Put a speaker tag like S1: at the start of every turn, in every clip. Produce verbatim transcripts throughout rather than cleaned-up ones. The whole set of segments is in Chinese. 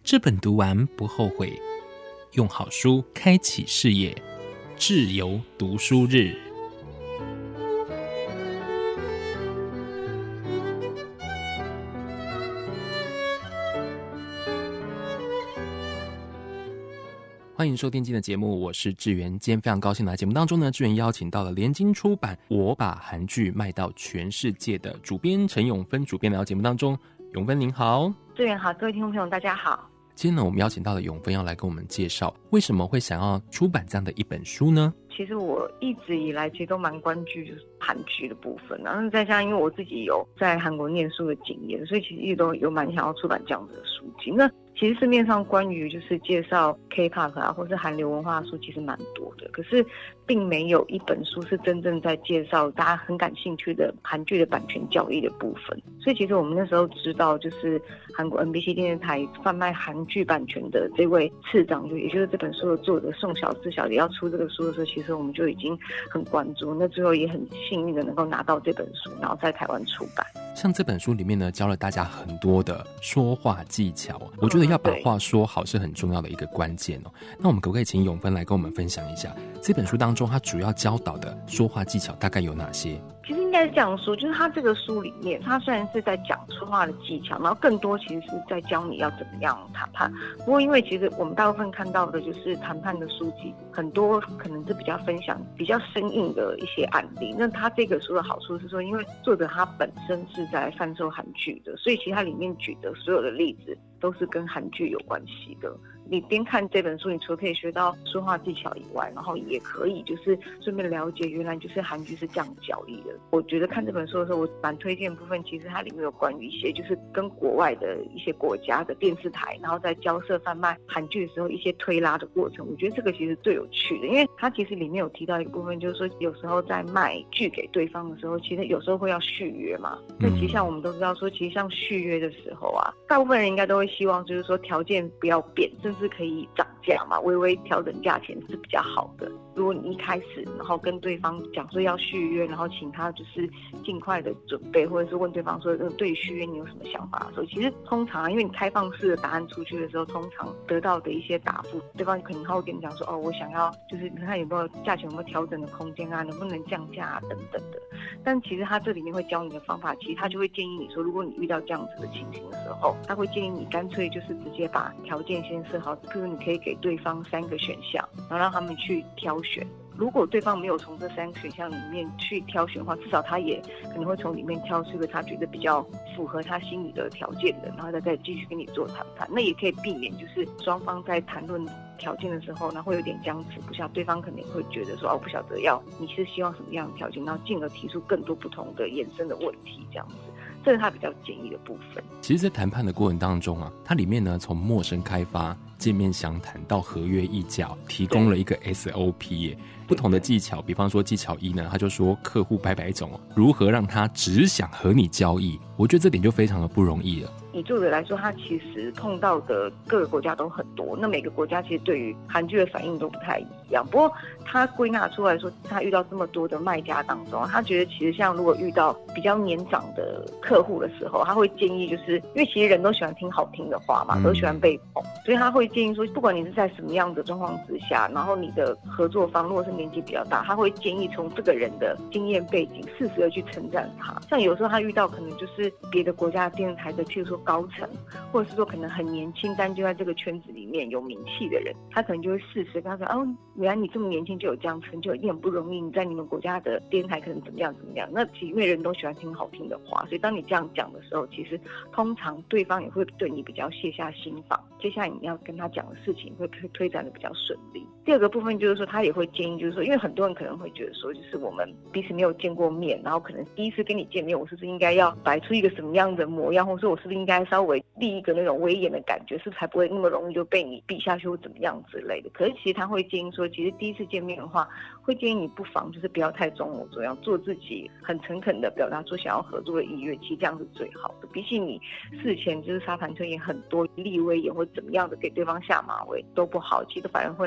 S1: 这本读完不后悔，用好书开启视野，智由读书日。欢迎收听今天的节目，我是志源。今天非常高兴来节目当中呢，志源邀请到了联经出版《我把韩剧卖到全世界》的主编陈永芬主编来到节目当中。永芬您好。
S2: 志源好，各位听众朋友大家好。
S1: 今天呢，我们邀请到了永芬要来跟我们介绍为什么会想要出版这样的一本书呢？
S2: 其实我一直以来其实都蛮关注就是韩剧的部分，然后再加上因为我自己有在韩国念书的经验，所以其实一直都有蛮想要出版这样子的书籍。那其实市面上关于就是介绍 K-pop 啊或是韩流文化的书其实蛮多的，可是并没有一本书是真正在介绍大家很感兴趣的韩剧的版权交易的部分。所以其实我们那时候知道就是韩国 N B C 电视台贩卖韩剧版权的这位次长，就也就是这本书的作者宋小志小姐要出这个书的时候，其实我们就已经很关注，那最后也很幸运的能够拿到这本书，然后在台湾出版。
S1: 像这本书里面呢，教了大家很多的说话技巧，我觉得要把话说好是很重要的一个关键哦。那我们可不可以请永芬来跟我们分享一下这本书当中它主要教导的说话技巧大概有哪些？
S2: 其实应该是这样说，就是他这个书里面，他虽然是在讲说话的技巧，然后更多其实是在教你要怎么样谈判。不过因为其实我们大部分看到的就是谈判的书籍，很多可能是比较分享比较生硬的一些案例。那他这个书的好处是说，因为作者他本身是在贩售韩剧的，所以其实他里面举的所有的例子都是跟韩剧有关系的。你边看这本书，你除了可以学到说话技巧以外，然后也可以就是顺便了解原来就是韩剧是这样交易的。我觉得看这本书的时候，我蛮推荐的部分，其实它里面有关于一些就是跟国外的一些国家的电视台，然后在交涉贩卖韩剧的时候一些推拉的过程。我觉得这个其实最有趣的，因为它其实里面有提到一个部分，就是说有时候在卖剧给对方的时候，其实有时候会要续约嘛。那其实像我们都知道说，其实像续约的时候啊，大部分人应该都会希望就是说条件不要变，甚至是可以涨价嘛，微微调整价钱是比较好的。如果你一开始然后跟对方讲说要续约，然后请他就是尽快的准备，或者是问对方说对于续约你有什么想法的时候，其实通常啊，因为你开放式的答案出去的时候，通常得到的一些答复，对方可能他会跟你讲说哦，我想要就是你看有没有价钱有没有调整的空间啊，能不能降价啊等等的。但其实他这里面会教你的方法，其实他就会建议你说，如果你遇到这样子的情形的时候，他会建议你干脆就是直接把条件先设好，比如你可以给对方三个选项，然后让他们去挑选。如果对方没有从这三个选项里面去挑选的话，至少他也可能会从里面挑出一个他觉得比较符合他心理的条件的，然后再再继续跟你做谈判。那也可以避免就是双方在谈论条件的时候呢，会有点僵持不下，对方可能会觉得说哦，不晓得要你是希望什么样的条件，然后进而提出更多不同的衍生的问题，这样子。这是他比较建议的部分。
S1: 其实在谈判的过程当中啊，它里面呢从陌生开发、见面详谈到合约议价，提供了一个 S O P 耶，不同的技巧。比方说技巧一呢，他就说客户百百种如何让他只想和你交易，我觉得这点就非常的不容易了。
S2: 以作者来说，他其实碰到的各个国家都很多，那每个国家其实对于韩剧的反应都不太一样。不过他归纳出来说，他遇到这么多的卖家当中，他觉得其实像如果遇到比较年长的客户的时候，他会建议就是因为其实人都喜欢听好听的话嘛，都喜欢被捧，所以他会建议说，不管你是在什么样的状况之下，然后你的合作方如果是年纪比较大，他会建议从这个人的经验背景适时的去称赞他。像有时候他遇到可能就是别的国家的电视台的譬如说高层，或者是说可能很年轻但就在这个圈子里面有名气的人，他可能就会适时跟他说哦，原来你这么年轻就有这样成就，一定很不容易，你在你们国家的电视台可能怎么样怎么样。那其实因为人都喜欢听好听的话，所以当你这样讲的时候，其实通常对方也会对你比较卸下心防，接下来你要跟他讲的事情会推展的比较顺利。第二个部分就是说，他也会建议就是说，因为很多人可能会觉得说，就是我们彼此没有见过面，然后可能第一次跟你见面，我是不是应该要摆出一个什么样的模样，或者说我是不是应该稍微立一个那种威严的感觉，是不是才不会那么容易就被你比下去或怎么样之类的。可是其实他会建议说，其实第一次见面的话，会建议你不妨就是不要太装模作样，做自己，很诚恳的表达出想要合作的意愿，其实这样是最好的。比起你事前就是沙盘推演很多立威严或怎么样的给对方下马威都不好，其实反而会让对方留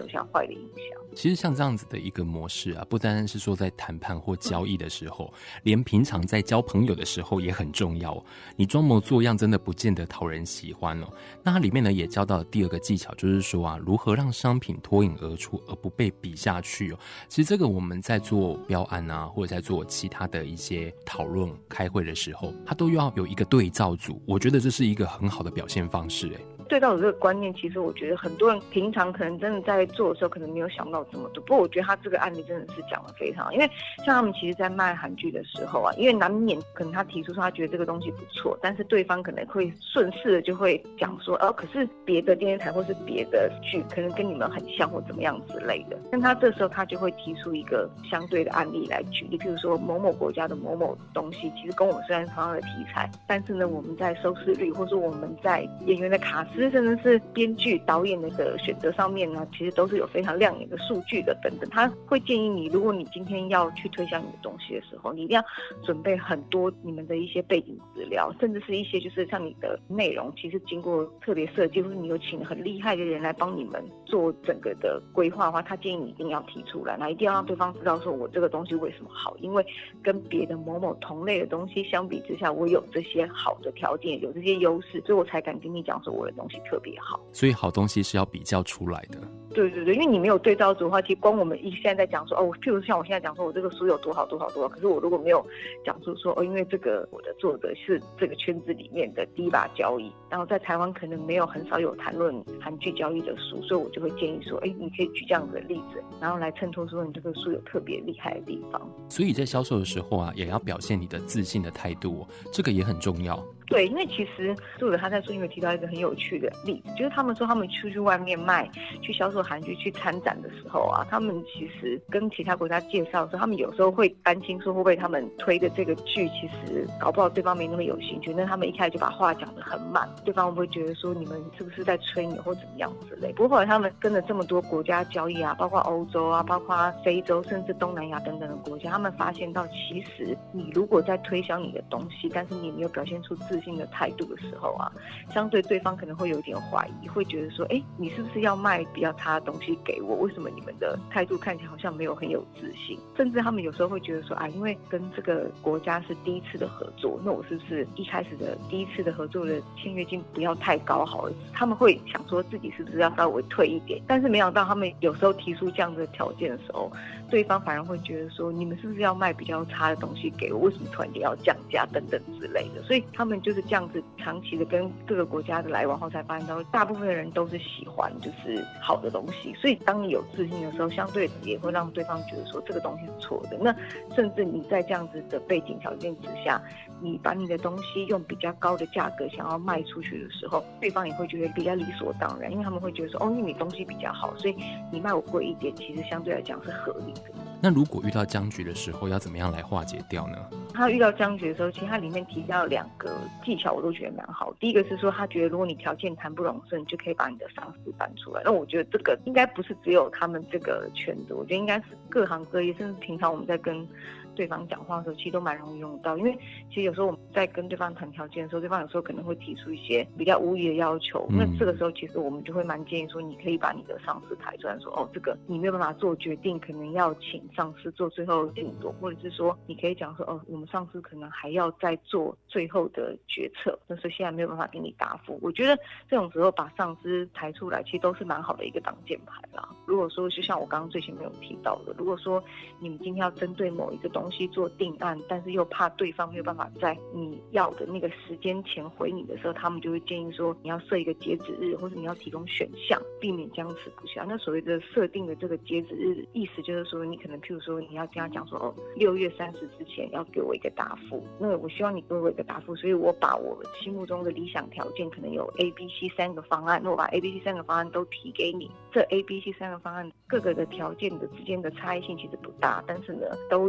S2: 留下坏的影响。
S1: 其实像这样子的一个模式啊，不单单是说在谈判或交易的时候，嗯、连平常在交朋友的时候也很重要。你装模作样真的不见得讨人喜欢哦。那它里面呢也教到了第二个技巧，就是说啊，如何让商品脱颖而出而不被比下去哦。其实这个我们在做标案啊，或者在做其他的一些讨论、开会的时候，它都要有一个对照组。我觉得这是一个很好的表现方式，哎。
S2: 对照组这个观念，其实我觉得很多人平常可能真的在做的时候，可能没有想到这么多。不过我觉得他这个案例真的是讲得非常好，因为像他们其实在卖韩剧的时候啊，因为难免可能他提出说他觉得这个东西不错，但是对方可能会顺势的就会讲说，哦，可是别的电视台或是别的剧可能跟你们很像或怎么样之类的。但他这时候他就会提出一个相对的案例来举例，譬如说某某国家的某某东西，其实跟我们虽然同样的题材，但是呢，我们在收视率或是我们在演员的卡司，甚至是编剧导演的选择上面呢，其实都是有非常亮眼的数据的等等。他会建议你，如果你今天要去推销你的东西的时候，你一定要准备很多你们的一些背景资料，甚至是一些就是像你的内容其实经过特别设计，或是你有请很厉害的人来帮你们做整个的规划的话，他建议你一定要提出来，那一定要让对方知道说我这个东西为什么好，因为跟别的某某同类的东西相比之下，我有这些好的条件，有这些优势，所以我才敢跟你讲说我的东西特别好。
S1: 所以好东西是要比较出来的。
S2: 对对对，因为你没有对照组的话，其实光我们一现在在讲说哦，譬如像我现在讲说我这个书有多好多好多好，可是我如果没有讲出说哦，因为这个我的作者是这个圈子里面的第一把交椅，然后在台湾可能没有很少有谈论韩剧交易的书，所以我就会建议说，哎，你可以举这样子的例子，然后来衬托说你这个书有特别厉害的地方。
S1: 所以在销售的时候啊，也要表现你的自信的态度哦，这个也很重要。
S2: 对，因为其实作者他在书里面提到一个很有趣的例子，就是他们说他们出去外面卖、去销售韩剧、去参展的时候啊，他们其实跟其他国家介绍的时候，他们有时候会担心说会不会他们推的这个剧其实搞不好对方没那么有兴趣，那他们一开始就把话讲得很满，对方会不会觉得说你们是不是在吹牛或怎么样之类。不过后来他们跟了这么多国家交易啊，包括欧洲啊，包括非洲，甚至东南亚等等的国家，他们发现到其实你如果在推销你的东西，但是你没有表现出自信的态度的时候啊，相对对方可能会有一点怀疑，会觉得说，哎，你是不是要卖比较差的东西给我？为什么你们的态度看起来好像没有很有自信？甚至他们有时候会觉得说，啊，因为跟这个国家是第一次的合作，那我是不是一开始的第一次的合作的签约金不要太高好了？他们会想说自己是不是要稍微退一点，但是没想到他们有时候提出这样的条件的时候，对方反而会觉得说，你们是不是要卖比较差的东西给我？为什么突然间要降价等等之类的？所以他们就是这样子长期的跟各个国家的来往后，才发现到大部分的人都是喜欢就是好的东西。所以当你有自信的时候，相对也会让对方觉得说这个东西是错的。那甚至你在这样子的背景条件之下，你把你的东西用比较高的价格想要卖出去的时候，对方也会觉得比较理所当然，因为他们会觉得说，哦，因为你东西比较好，所以你卖我贵一点，其实相对来讲是合理的。
S1: 那如果遇到僵局的时候，要怎么样来化解掉呢？
S2: 他遇到僵局的时候，其实他里面提到两个技巧，我都觉得蛮好。第一个是说，他觉得如果你条件谈不拢顺，你就可以把你的上司搬出来。那我觉得这个应该不是只有他们这个圈子，我觉得应该是各行各业，甚至平常我们在跟对方讲话的时候，其实都蛮容易用到。因为其实有时候我们在跟对方谈条件的时候，对方有时候可能会提出一些比较无理的要求，嗯、那这个时候其实我们就会蛮建议说，你可以把你的上司抬出来说，哦，这个你没有办法做决定，可能要请上司做最后定夺，或者是说你可以讲说，哦，我们上司可能还要再做最后的决策，但是现在没有办法给你答复。我觉得这种时候把上司抬出来，其实都是蛮好的一个挡箭牌啦。如果说就像我刚刚最前面有提到的，如果说你们今天要针对某一个东西做定案，但是又怕对方没有办法在你要的那个时间前回你的时候，他们就会建议说你要设一个截止日，或者你要提供选项，避免僵持不下。那所谓的设定的这个截止日，意思就是说你可能譬如说你要跟他讲说，哦，六月三十之前要给我一个答复，那我希望你给我一个答复，所以我把我心目中的理想条件可能有 A B C 三个方案，那我把 A B C 三个方案都提给你，这 A B C 三个方案各个的条件的之间的差异性其实不大，但是呢都有不同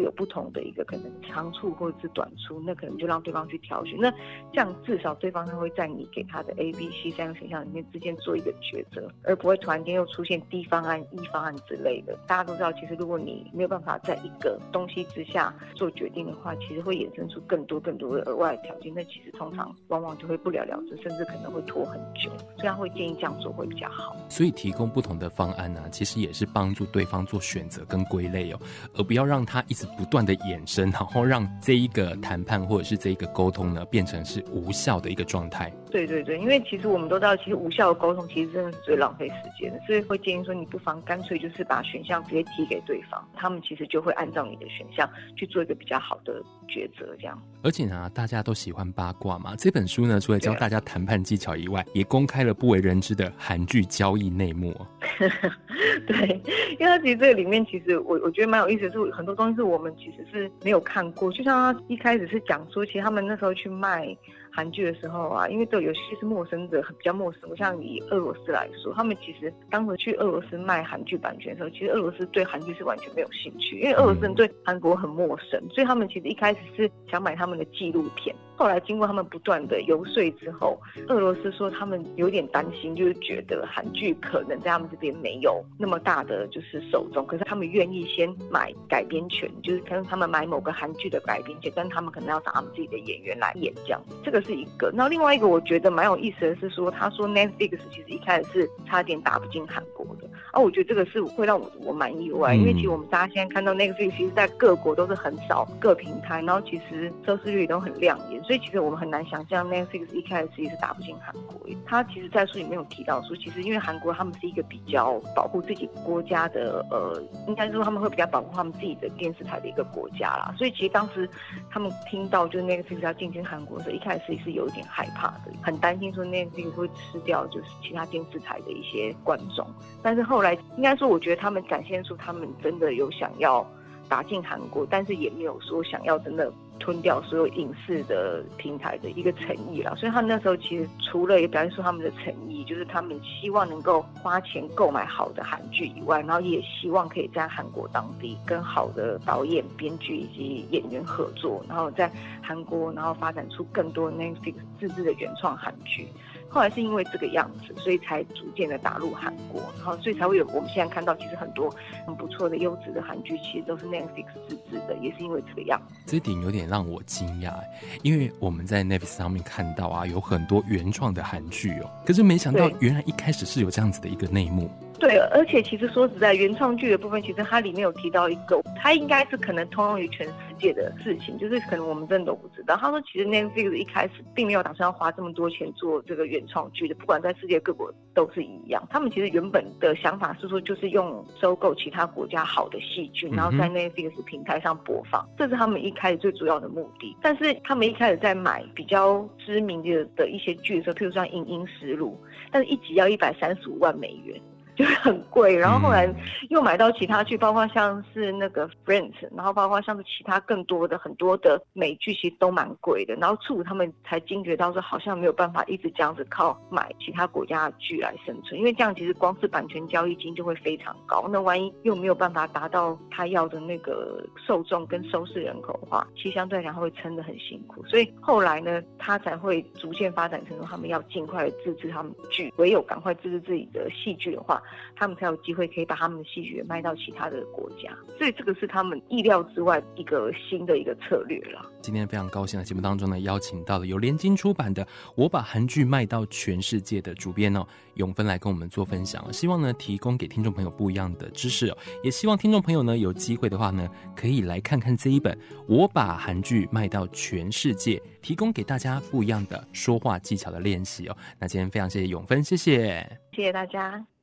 S2: 中的一个可能长处或者是短处，那可能就让对方去挑选。那这样至少对方他会在你给他的 A B C 三个选项里面之间做一个抉择，而不会突然间又出现 D 方案 E 方案之类的。大家都知道，其实如果你没有办法在一个东西之下做决定的话，其实会衍生出更多更多的额外的条件，那其实通常往往就会不了了之，甚至可能会拖很久，所以他会建议这样做会比较好。
S1: 所以提供不同的方案呢、啊，其实也是帮助对方做选择跟归类哦，而不要让他一直不断的衍生，然后让这一个谈判或者是这一个沟通呢变成是无效的一个状态。
S2: 对对对，因为其实我们都知道，其实无效的沟通其实真的是最浪费时间的，所以会建议说你不妨干脆就是把选项直接提给对方，他们其实就会按照你的选项去做一个比较好的抉择这样。
S1: 而且呢，大家都喜欢八卦嘛，这本书呢除了教大家谈判技巧以外，也公开了不为人知的韩剧交易内幕。
S2: 对，因为它其实这个里面其实我我觉得蛮有意思的是，很多东西是我们其实是没有看过，就像他一开始是讲说，其实他们那时候去卖韩剧的时候啊，因为都有些是陌生者，比较陌生，像以俄罗斯来说，他们其实当时去俄罗斯卖韩剧版权的时候，其实俄罗斯对韩剧是完全没有兴趣，因为俄罗斯人对韩国很陌生，所以他们其实一开始是想买他们的纪录片。后来经过他们不断的游说之后，俄罗斯说他们有点担心，就是觉得韩剧可能在他们这边没有那么大的就是受众，可是他们愿意先买改编权，就是可能他们买某个韩剧的改编权，但他们可能要找他们自己的演员来演这样，这个是一个。然后另外一个我觉得蛮有意思的是说，他说 Netflix 其实一开始是差点打不进韩国的，啊，我觉得这个是会让我我蛮意外，因为其实我们大家现在看到 Netflix 其实在各国都是很少各平台，然后其实收视率都很亮眼，所以其实我们很难想象 Netflix 一开始其实是打不进韩国。他其实在书里面有提到说，其实因为韩国他们是一个比较保护自己国家的，呃，应该说他们会比较保护他们自己的电视台的一个国家啦，所以其实当时他们听到就是 Netflix 要进军韩国的时候，一开始是有一点害怕的，很担心说 Netflix 会吃掉就是其他电视台的一些观众，但是后来应该说我觉得他们展现出他们真的有想要打进韩国，但是也没有说想要真的吞掉所有影视的平台的一个诚意啦，所以他们那时候其实除了也表现出他们的诚意，就是他们希望能够花钱购买好的韩剧以外，然后也希望可以在韩国当地跟好的导演、编剧以及演员合作，然后在韩国然后发展出更多 Netflix 自制的原创韩剧。后来是因为这个样子，所以才逐渐的打入韩国，然后所以才会有我们现在看到其实很多很不错的优质的韩剧其实都是 Netflix 自制的，也是因为这个样子。
S1: 这点有点让我惊讶，因为我们在 Netflix 上面看到啊，有很多原创的韩剧哦，可是没想到原来一开始是有这样子的一个内幕。
S2: 对，而且其实说实在，原创剧的部分，其实它里面有提到一个，它应该是可能通用于全世界的事情，就是可能我们真的都不知道。他说，其实 Netflix 一开始并没有打算要花这么多钱做这个原创剧的，不管在世界各国都是一样。他们其实原本的想法是说，就是用收购其他国家好的戏剧，然后在 Netflix 平台上播放，这是他们一开始最主要的目的。但是他们一开始在买比较知名的的一些剧的时候，譬如说像《影音实录》，但是一集要一百三十五万美元。就是很贵，然后后来又买到其他剧，包括像是那个 Friends， 然后包括像是其他更多的很多的美剧，其实都蛮贵的。然后促他们才惊觉到说，好像没有办法一直这样子靠买其他国家的剧来生存，因为这样其实光是版权交易金就会非常高。那万一又没有办法达到他要的那个受众跟收视人口的话，其实相对来讲会撑得很辛苦。所以后来呢，他才会逐渐发展成说，他们要尽快的自制他们的剧，唯有赶快自制自己的戏剧的话，他们才有机会可以把他们的戏剧卖到其他的国家，所以这个是他们意料之外一个新的一个策略啦。
S1: 今天非常高兴的节目当中呢，邀请到了由联经出版的《我把韩剧卖到全世界》的主编哦永芬来跟我们做分享，希望呢提供给听众朋友不一样的知识哦，也希望听众朋友呢有机会的话呢，可以来看看这一本《我把韩剧卖到全世界》，提供给大家不一样的说话技巧的练习哦。那今天非常谢谢永芬，谢谢，
S2: 谢谢大家。